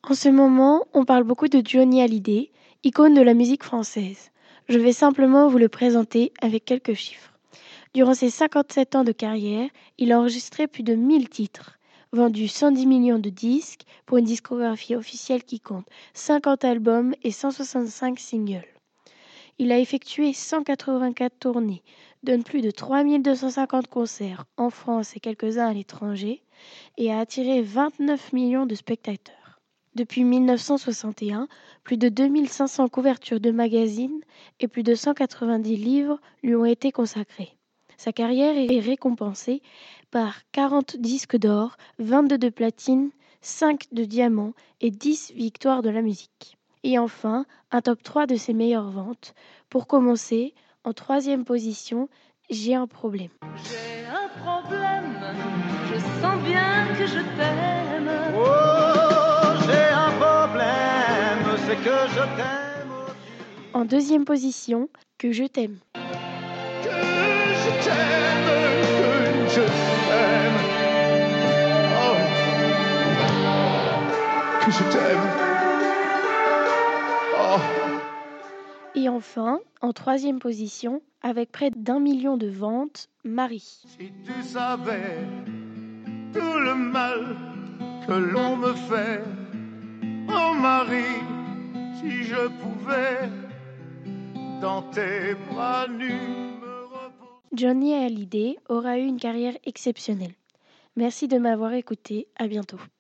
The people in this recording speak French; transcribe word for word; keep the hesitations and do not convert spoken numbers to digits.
En ce moment, on parle beaucoup de Johnny Hallyday, icône de la musique française. Je vais simplement vous le présenter avec quelques chiffres. Durant ses cinquante-sept ans de carrière, il a enregistré plus de mille titres, vendu cent dix millions de disques pour une discographie officielle qui compte cinquante albums et cent soixante-cinq singles. Il a effectué cent quatre-vingt-quatre tournées, donne plus de trois mille deux cent cinquante concerts en France et quelques-uns à l'étranger, et a attiré vingt-neuf millions de spectateurs. Depuis mille neuf cent soixante et un, plus de deux mille cinq cents couvertures de magazines et plus de cent quatre-vingt-dix livres lui ont été consacrés. Sa carrière est récompensée par quarante disques d'or, vingt-deux de platine, cinq de diamant et dix victoires de la musique. Et enfin, un top trois de ses meilleures ventes. Pour commencer, en troisième position, J'ai un problème. J'ai un problème, je sens bien que je t'aime. Oh, j'ai un problème, c'est que je t'aime aussi. En deuxième position, Que je t'aime. Que je t'aime, que je t'aime. Oh, que je t'aime. Oh. Et enfin, en troisième position, avec près d'un million de ventes, Marie. Si tu savais tout le mal que l'on me fait, oh Marie, si je pouvais dans tes bras nus me reposer. Johnny Hallyday aura eu une carrière exceptionnelle. Merci de m'avoir écouté, à bientôt.